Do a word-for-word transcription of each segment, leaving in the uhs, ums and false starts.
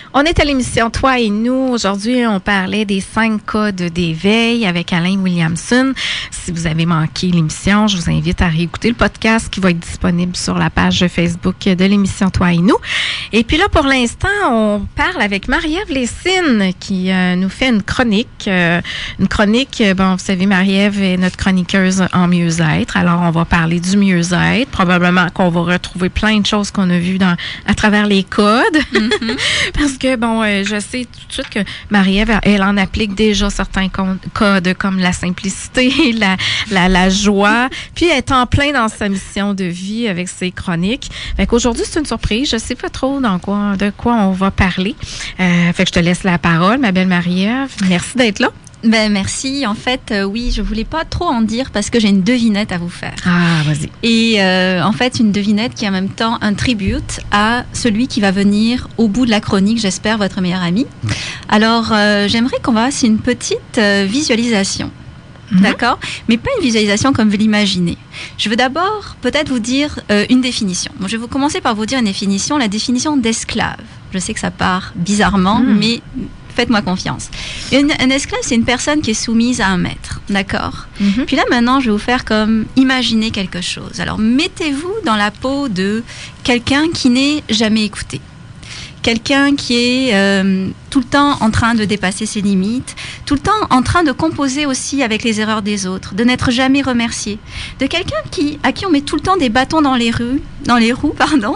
On est à l'émission Toi et nous. Aujourd'hui, on parlait des cinq codes d'éveil avec Alain Williamson. Si vous avez manqué l'émission, je vous invite à réécouter le podcast qui va être disponible sur la page Facebook de l'émission Toi et nous. Et puis là, pour l'instant, on parle avec Marie-Ève Lessine qui euh, nous fait une chronique. Euh, une chronique, bon, vous savez, Marie-Ève est notre chroniqueuse en mieux-être. Alors, on va parler du mieux-être. Probablement qu'on va retrouver plein de choses qu'on a vues dans, à travers les codes. Mm-hmm. Parce que, bon, euh, je sais tout de suite que Marie-Ève, elle en applique déjà certains codes comme la simplicité, la, la, la joie. Puis, elle est en plein dans sa mission de vie avec ses chroniques. Fait qu'aujourd'hui, c'est une surprise. Je sais pas trop dans quoi, de quoi on va parler. Euh, fait que je te laisse la parole, ma belle Marie-Ève. Merci d'être là. Ben merci. En fait, euh, oui, je voulais pas trop en dire parce que j'ai une devinette à vous faire. Ah, vas-y. Et euh, en fait, une devinette qui est en même temps un tribute à celui qui va venir au bout de la chronique, j'espère, votre meilleur ami. Alors, euh, j'aimerais qu'on fasse une petite euh, visualisation. Mm-hmm. D'accord ? Mais pas une visualisation comme vous l'imaginez. Je veux d'abord peut-être vous dire euh, une définition. Bon, je vais vous commencer par vous dire une définition, la définition d'esclave. Je sais que ça part bizarrement, mm. mais faites-moi confiance. Une, un esclave, c'est une personne qui est soumise à un maître, d'accord ? Mm-hmm. Puis là, maintenant, je vais vous faire comme imaginer quelque chose. Alors, mettez-vous dans la peau de quelqu'un qui n'est jamais écouté. Quelqu'un qui est euh, tout le temps en train de dépasser ses limites, tout le temps en train de composer aussi avec les erreurs des autres, de n'être jamais remercié. De quelqu'un qui, à qui on met tout le temps des bâtons dans les roues, dans les roues, pardon,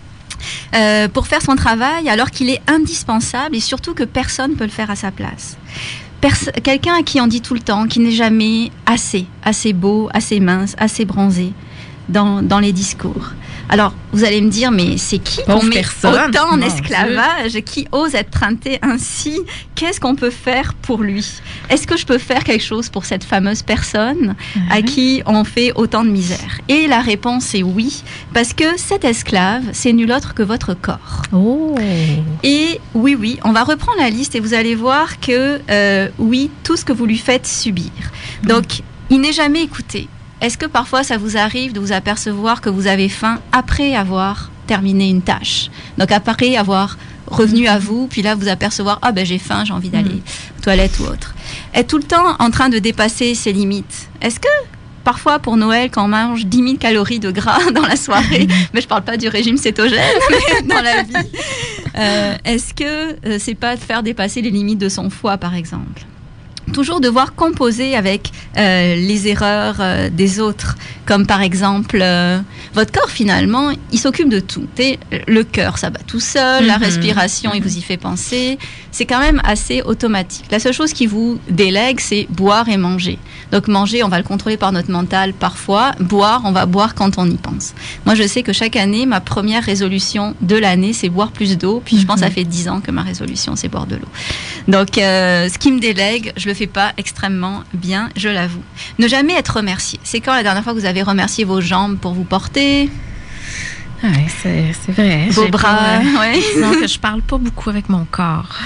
Euh, pour faire son travail alors qu'il est indispensable et surtout que personne ne peut le faire à sa place. Pers- quelqu'un à qui on dit tout le temps qu'il n'est jamais assez, assez beau, assez mince, assez bronzé dans, dans les discours. Alors, vous allez me dire, mais c'est qui qu'on met autant en esclavage, qui ose être trainé ainsi? Qu'est-ce qu'on peut faire pour lui? Est-ce que je peux faire quelque chose pour cette fameuse personne mm-hmm. à qui on fait autant de misère? Et la réponse est oui, parce que cet esclave, c'est nul autre que votre corps. Oh. Et oui, oui, on va reprendre la liste et vous allez voir que euh, oui, tout ce que vous lui faites subir. Mm. Donc, il n'est jamais écouté. Est-ce que parfois ça vous arrive de vous apercevoir que vous avez faim après avoir terminé une tâche? Donc après avoir revenu à vous, puis là vous apercevoir, ah ben j'ai faim, j'ai envie d'aller mmh. aux toilettes ou autre. Être tout le temps en train de dépasser ses limites. Est-ce que parfois pour Noël, quand on mange dix mille calories de gras dans la soirée, mais je parle pas du régime cétogène, mais dans la vie, euh, est-ce que euh, c'est pas de faire dépasser les limites de son foie par exemple? Toujours devoir composer avec euh, les erreurs euh, des autres, comme par exemple euh, votre corps finalement, il s'occupe de tout. T'sais, le cœur, ça bat tout seul, mm-hmm. la respiration, mm-hmm. il vous y fait penser. C'est quand même assez automatique. La seule chose qui vous délègue, c'est boire et manger. Donc manger, on va le contrôler par notre mental parfois. Boire, on va boire quand on y pense. Moi, je sais que chaque année, ma première résolution de l'année, c'est boire plus d'eau. Puis mm-hmm. je pense que ça fait dix ans que ma résolution, c'est boire de l'eau. Donc, euh, ce qui me délègue, je le fais pas extrêmement bien, je l'avoue. Ne jamais être remercié. C'est quand la dernière fois que vous avez remercié vos jambes pour vous porter? Oui, c'est, c'est vrai. Vos J'ai bras, pas, euh, ouais. Non, que je parle pas beaucoup avec mon corps.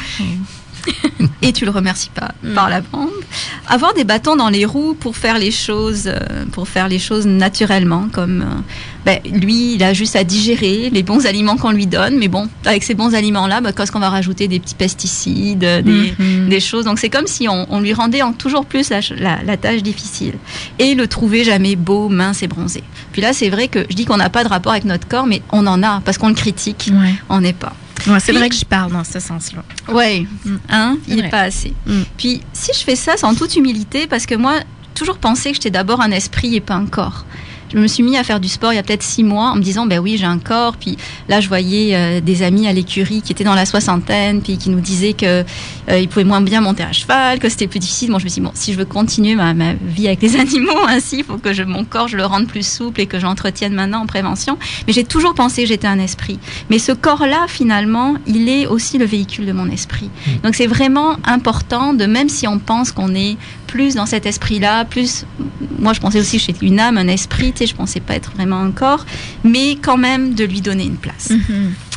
Et tu le remercies pas mm. par la bande. Avoir des bâtons dans les roues pour faire les choses, euh, pour faire les choses naturellement, comme euh, ben, lui, il a juste à digérer les bons aliments qu'on lui donne. Mais bon, avec ces bons aliments-là, ben, qu'est-ce qu'on va rajouter des petits pesticides, des, mm-hmm. des choses. Donc c'est comme si on, on lui rendait en toujours plus la, la, la tâche difficile. Et le trouver jamais beau, mince et bronzé. Puis là, c'est vrai que je dis qu'on n'a pas de rapport avec notre corps, mais on en a parce qu'on le critique. Ouais. On n'est pas. Ouais, c'est Puis, vrai que j'y parle dans ce sens-là. Oui, mm. hein, il n'est ouais. pas assez. Mm. Puis, si je fais ça, c'est en toute humilité, parce que moi, toujours pensé que j'étais d'abord un esprit et pas un corps. Je me suis mis à faire du sport il y a peut-être six mois en me disant, ben oui, j'ai un corps. Puis là, je voyais euh, des amis à l'écurie qui étaient dans la soixantaine, puis qui nous disaient que euh, ils pouvaient moins bien monter à cheval, que c'était plus difficile. Moi, je me suis dit, bon, si je veux continuer ma, ma vie avec les animaux ainsi, il faut que je, mon corps, je le rende plus souple et que j'entretienne maintenant en prévention. Mais j'ai toujours pensé que j'étais un esprit. Mais ce corps-là, finalement, il est aussi le véhicule de mon esprit. Donc, c'est vraiment important de, même si on pense qu'on est plus dans cet esprit-là, plus, moi, je pensais aussi que j'étais une âme, un esprit, tu sais, je pensais pas être vraiment un corps, mais quand même de lui donner une place. Mm-hmm.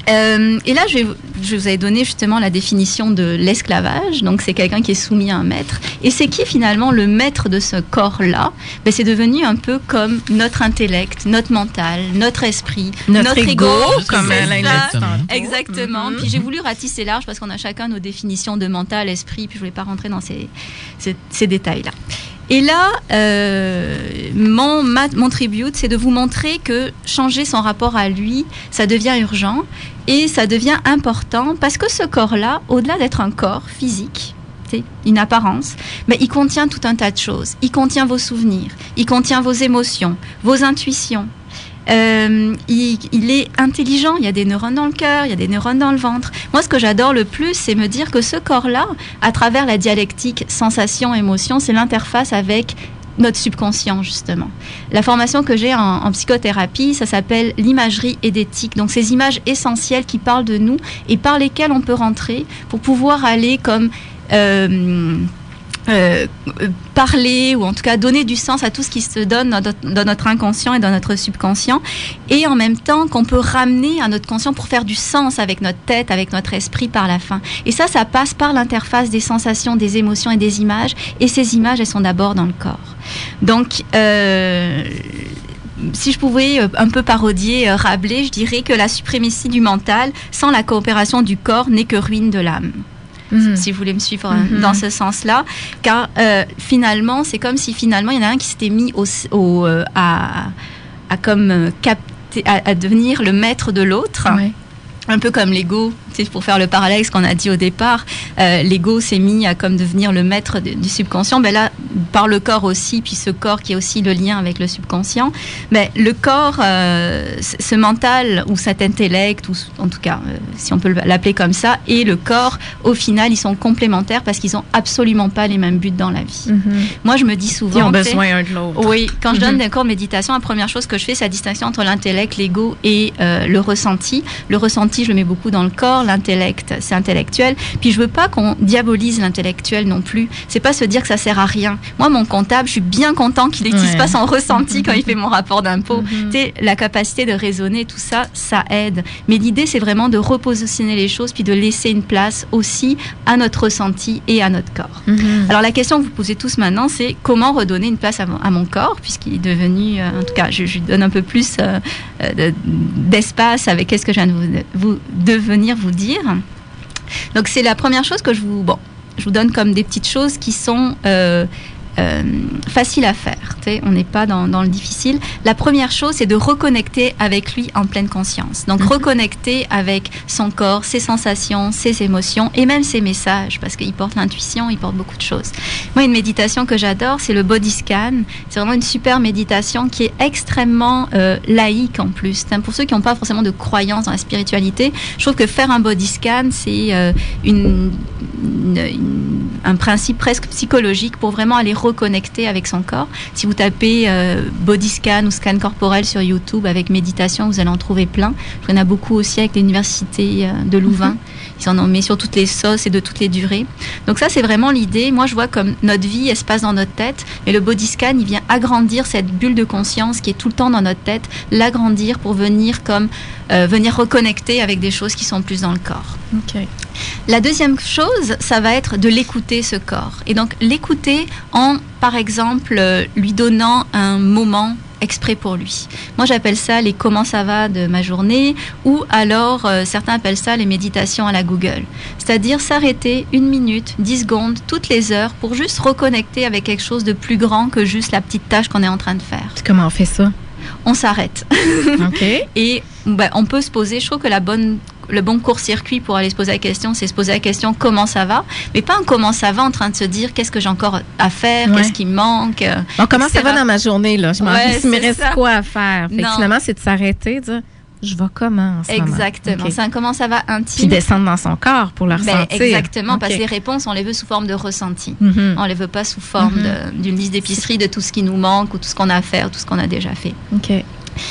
Euh, et là, je, vais, je vous avais donné justement la définition de l'esclavage. Donc, c'est quelqu'un qui est soumis à un maître. Et c'est qui finalement le maître de ce corps-là? Ben, c'est devenu un peu comme notre intellect, notre mental, notre esprit, notre, notre ego, comme Alain l'a dit tantôt. Exactement. Mm-hmm. Puis j'ai voulu ratisser large parce qu'on a chacun nos définitions de mental, esprit. Puis je voulais pas rentrer dans ces, ces, ces détails-là. Et là, euh, mon, ma, mon tribute, c'est de vous montrer que changer son rapport à lui, ça devient urgent et ça devient important parce que ce corps-là, au-delà d'être un corps physique, c'est une apparence, mais il contient tout un tas de choses. Il contient vos souvenirs, il contient vos émotions, vos intuitions. Euh, il, il est intelligent, il y a des neurones dans le cœur, il y a des neurones dans le ventre. Moi, ce que j'adore le plus, c'est me dire que ce corps-là, à travers la dialectique sensation-émotion, c'est l'interface avec notre subconscient, justement. La formation que j'ai en, en psychothérapie, ça s'appelle l'imagerie édétique. Donc, ces images essentielles qui parlent de nous et par lesquelles on peut rentrer pour pouvoir aller comme... Euh, Euh, parler ou en tout cas donner du sens à tout ce qui se donne dans notre, dans notre inconscient et dans notre subconscient et en même temps qu'on peut ramener à notre conscient pour faire du sens avec notre tête, avec notre esprit par la fin. Et ça, ça passe par l'interface des sensations, des émotions et des images et ces images, elles sont d'abord dans le corps. Donc, euh, si je pouvais un peu parodier Rabelais, je dirais que la suprématie du mental sans la coopération du corps n'est que ruine de l'âme. Mmh. Si vous voulez me suivre mmh. dans ce sens-là, car euh, finalement, c'est comme si finalement il y en a un qui s'était mis au, au, euh, à, à comme euh, capter, à, à devenir le maître de l'autre. Ouais. Un peu comme l'ego, pour faire le parallèle avec ce qu'on a dit au départ, euh, l'ego s'est mis à comme devenir le maître de, du subconscient. Ben là, par le corps aussi, puis ce corps qui est aussi le lien avec le subconscient. Ben le corps, euh, ce mental ou cet intellect, ou en tout cas, euh, si on peut l'appeler comme ça, et le corps, au final, ils sont complémentaires parce qu'ils ont absolument pas les mêmes buts dans la vie. Mm-hmm. Moi, je me dis souvent, ils ont besoin un de l'autre. Oui, quand je mm-hmm. donne des cours de méditation, la première chose que je fais, c'est la distinction entre l'intellect, l'ego et euh, le ressenti. Le ressenti, je le mets beaucoup dans le corps. L'intellect, c'est intellectuel. Puis je veux pas qu'on diabolise l'intellectuel non plus. C'est pas se dire que ça sert à rien. Moi, mon comptable, je suis bien content qu'il n'utilise ouais. pas son ressenti quand il fait mon rapport d'impôt. Mm-hmm. Tu sais, la capacité de raisonner, tout ça, ça aide. Mais l'idée, c'est vraiment de repositionner les choses puis de laisser une place aussi à notre ressenti et à notre corps. Mm-hmm. Alors la question que vous posez tous maintenant, c'est comment redonner une place à mon, à mon corps, puisqu'il est devenu, euh, en tout cas, je, je lui donne un peu plus euh, euh, d'espace avec qu'est-ce que je viens de vous, vous devenir vous dire. Donc c'est la première chose que je vous bon je vous donne comme des petites choses qui sont euh, euh, faciles à faire. Tu sais, on n'est pas dans, dans le difficile. La première chose, c'est de reconnecter avec lui en pleine conscience. Donc mm-hmm. reconnecter avec son corps, ses sensations, ses émotions et même ses messages, parce qu'il porte l'intuition, il porte beaucoup de choses. Moi, une méditation que j'adore, c'est le body scan. C'est vraiment une super méditation qui est extrêmement euh, laïque en plus. Pour ceux qui n'ont pas forcément de croyance dans la spiritualité, je trouve que faire un body scan, c'est euh, une, une, une, un principe presque psychologique pour vraiment aller reconnecter avec son corps. Si vous tapez euh, body scan ou scan corporel sur YouTube avec méditation, vous allez en trouver plein. Il y en a beaucoup aussi avec l'université euh, de Louvain. Mm-hmm. Ils en ont mis sur toutes les sauces et de toutes les durées. Donc ça, c'est vraiment l'idée. Moi, je vois comme notre vie, elle se passe dans notre tête, mais le body scan, il vient agrandir cette bulle de conscience qui est tout le temps dans notre tête, l'agrandir pour venir comme euh, venir reconnecter avec des choses qui sont plus dans le corps. Okay. La deuxième chose, ça va être de l'écouter, ce corps. Et donc, l'écouter en, par exemple, euh, lui donnant un moment exprès pour lui. Moi, j'appelle ça les « comment ça va » de ma journée, ou alors, euh, certains appellent ça les méditations à la Google. C'est-à-dire s'arrêter une minute, dix secondes, toutes les heures, pour juste reconnecter avec quelque chose de plus grand que juste la petite tâche qu'on est en train de faire. Comment on fait ça? On s'arrête. Okay. Et ben, on peut se poser, je trouve que la bonne le bon court-circuit pour aller se poser la question, c'est se poser la question comment ça va, mais pas un comment ça va en train de se dire qu'est-ce que j'ai encore à faire, ouais. qu'est-ce qui me manque. Bon, comment et cetera. Ça va dans ma journée, là? Je m'en ouais, il me reste ça. Quoi à faire? Fait que finalement, c'est de s'arrêter, de dire je vais comment en ce Exactement. moment? Okay. C'est un comment ça va intime. Puis descendre dans son corps pour le ben, ressentir. Exactement, okay. Parce que les réponses, on les veut sous forme de ressenti. Mm-hmm. On les veut pas sous forme mm-hmm. de, d'une liste d'épicerie de tout ce qui nous manque ou tout ce qu'on a à faire, tout ce qu'on a déjà fait. OK.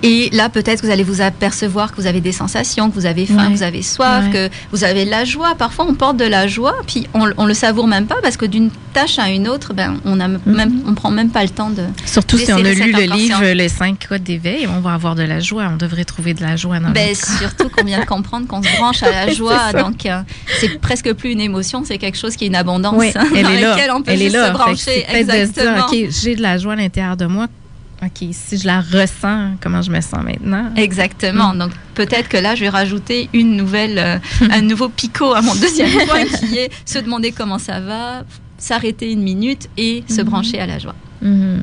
Et là, peut-être que vous allez vous apercevoir que vous avez des sensations, que vous avez faim, ouais. que vous avez soif, ouais. que vous avez de la joie. Parfois, on porte de la joie, puis on, on le savoure même pas parce que d'une tâche à une autre, ben, on a mm-hmm. même, on prend même pas le temps de. Surtout si on a lu le livre Les cinq codes d'éveil, on va avoir de la joie. On devrait trouver de la joie dans ben, notre corps. Surtout qu'on vient de comprendre qu'on se branche à la joie, donc euh, c'est presque plus une émotion, c'est quelque chose qui est une abondance oui, hein, elle dans est là. laquelle on peut elle juste est là. se brancher. Fait que c'est exactement. De se dire, ok, j'ai de la joie à l'intérieur de moi. OK, si je la ressens, comment je me sens maintenant? Exactement. Mm. Donc, peut-être que là, je vais rajouter une nouvelle, euh, un nouveau picot à mon deuxième point qui est se demander comment ça va, s'arrêter une minute et mm. se brancher à la joie. Mm.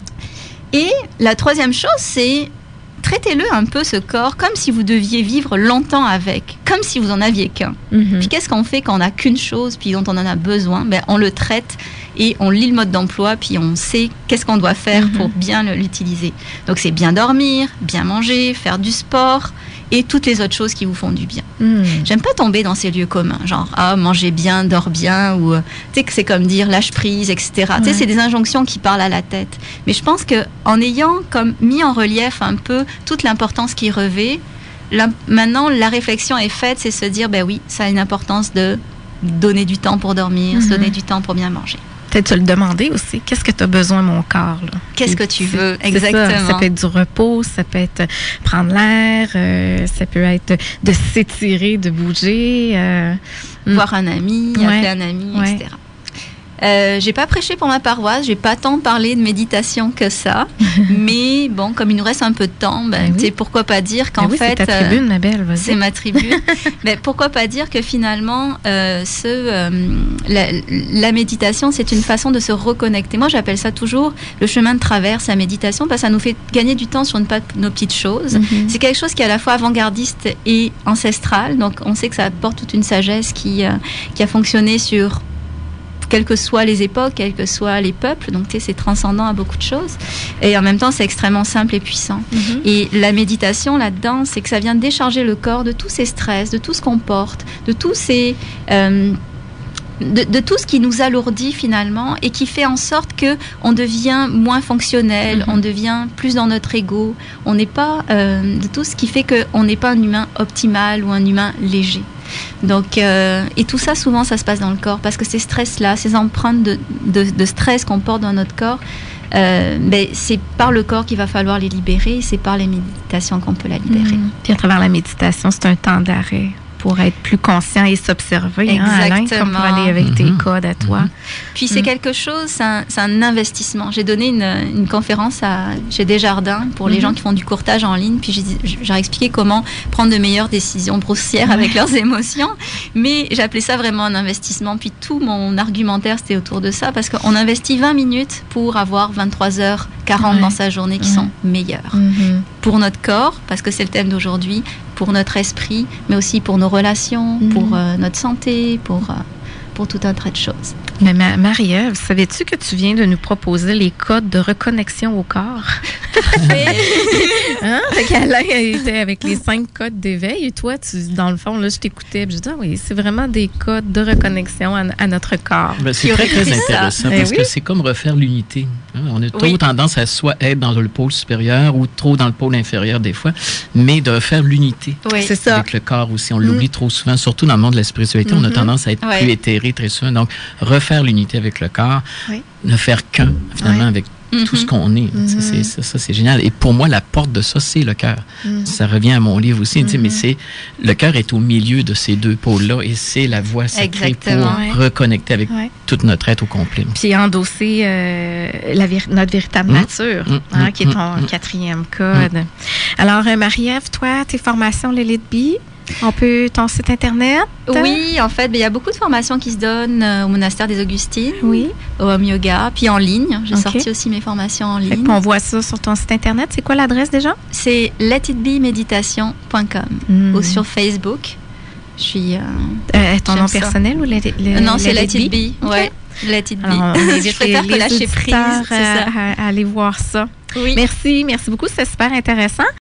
Et la troisième chose, c'est traitez-le un peu, ce corps, comme si vous deviez vivre longtemps avec, comme si vous en aviez qu'un. Mm-hmm. Puis qu'est-ce qu'on fait quand on n'a qu'une chose, puis dont on en a besoin? Ben, on le traite et on lit le mode d'emploi, puis on sait qu'est-ce qu'on doit faire mm-hmm. pour bien l'utiliser. Donc c'est bien dormir, bien manger, faire du sport et toutes les autres choses qui vous font du bien. Mm. J'aime pas tomber dans ces lieux communs, genre ah mangez bien, dors bien, ou tu sais que c'est comme dire lâche prise, et cetera. Ouais. Tu sais, c'est des injonctions qui parlent à la tête. Mais je pense que en ayant comme mis en relief un peu toute l'importance qui revêt, là, maintenant la réflexion est faite, c'est se dire ben oui, ça a une importance de donner du temps pour dormir, mm-hmm. se donner du temps pour bien manger. Peut-être te le demander aussi. Qu'est-ce que tu as besoin, mon corps? Là? Qu'est-ce que tu veux? C'est exactement. Ça. ça peut être du repos, ça peut être prendre l'air, euh, ça peut être de s'étirer, de bouger. Euh, voir un ami, ouais. appeler un ami, ouais. et cetera. Euh, j'ai pas prêché pour ma paroisse, j'ai pas tant parlé de méditation que ça, mais bon, comme il nous reste un peu de temps, ben, ben oui. pourquoi pas dire qu'en ben oui, fait, c'est ta tribune, euh, ma belle, vas-y. C'est ma tribune. Mais pourquoi pas dire que finalement, euh, ce, euh, la, la méditation, c'est une façon de se reconnecter. Moi, j'appelle ça toujours le chemin de traverse, la méditation, parce que ça nous fait gagner du temps sur une, nos petites choses. Mm-hmm. C'est quelque chose qui est à la fois avant-gardiste et ancestral, donc on sait que ça apporte toute une sagesse qui, euh, qui a fonctionné sur quelles que soient les époques, quels que soient les peuples. Donc, tu sais, c'est transcendant à beaucoup de choses. Et en même temps, c'est extrêmement simple et puissant. Mm-hmm. Et la méditation, là-dedans, c'est que ça vient décharger le corps de tous ces stress, de tout ce qu'on porte, de tous ces... Euh, de, de tout ce qui nous alourdit finalement et qui fait en sorte que on devient moins fonctionnel, mm-hmm. on devient plus dans notre ego. On n'est pas... Euh, de tout ce qui fait qu'on n'est pas un humain optimal ou un humain léger. Donc, euh, et tout ça, souvent, ça se passe dans le corps parce que ces stress-là, ces empreintes de, de, de stress qu'on porte dans notre corps, euh, ben, c'est par le corps qu'il va falloir les libérer, c'est par les méditations qu'on peut la libérer. Mmh. Puis à travers la méditation, c'est un temps d'arrêt pour être plus conscient et s'observer. Exactement. Hein, Alain, comme pour aller avec mmh. tes codes à toi. Mmh. Puis c'est mmh. quelque chose, c'est un, c'est un investissement. J'ai donné une, une conférence à, chez Desjardins pour mmh. les gens qui font du courtage en ligne, puis j'ai, j'ai expliqué comment prendre de meilleures décisions grossières mmh. avec leurs émotions, mais j'appelais ça vraiment un investissement. Puis tout mon argumentaire, c'était autour de ça, parce qu'on investit vingt minutes pour avoir vingt-trois heures quarante ouais. dans sa journée qui ouais. sont meilleures. Mmh. Pour notre corps, parce que c'est le thème d'aujourd'hui, pour notre esprit, mais aussi pour nos relations, mmh. pour euh, notre santé, pour, euh, pour tout un tas de choses. Mais ma- Marie-Ève, savais-tu que tu viens de nous proposer les codes de reconnexion au corps? hein? Fait qu'Alain était avec les cinq codes d'éveil et toi, tu, dans le fond, là, je t'écoutais et je disais, ah oui, c'est vraiment des codes de reconnexion à, à notre corps. Ben, c'est très, très intéressant parce eh oui? que c'est comme refaire l'unité. Hein? On a trop oui. tendance à soit être dans le pôle supérieur ou trop dans le pôle inférieur des fois, mais de refaire l'unité oui. c'est ça. Avec le corps aussi. On mmh. l'oublie trop souvent, surtout dans le monde de la spiritualité, mmh. on a tendance à être oui. plus éthéré très souvent. Donc, refaire l'unité avec le corps, oui. ne faire qu'un, finalement, oui. avec mm-hmm. tout ce qu'on est. Mm-hmm. Ça, c'est, ça, ça, c'est génial. Et pour moi, la porte de ça, c'est le cœur. Mm-hmm. Ça revient à mon livre aussi, mm-hmm. mais c'est, le cœur est au milieu de ces deux pôles-là et c'est la voie sacrée Exactement. pour ouais. reconnecter avec ouais. tout notre être au complet. Puis endosser euh, la vir- notre véritable mmh. nature, mmh. Hein, mmh. qui est ton mmh. quatrième code. Mmh. Alors, euh, Marie-Ève, toi, tes formations Lilith B, on peut, ton site Internet? Oui, en fait, il y a beaucoup de formations qui se donnent euh, au monastère des Augustines, oui. au Home Yoga, puis en ligne. J'ai okay. sorti aussi mes formations en ligne. On voit ça sur ton site Internet. C'est quoi l'adresse déjà? C'est let it be meditation point com mm. ou sur Facebook. Je suis... Euh, euh, ton nom ça. personnel ou le, le, Non, c'est Let It Be. Okay. Ouais. Let It Be. Alors, on invite je préfère les, que les lâcher prise, à, c'est ça. À, à aller voir ça. Oui. Merci, merci beaucoup, c'est super intéressant.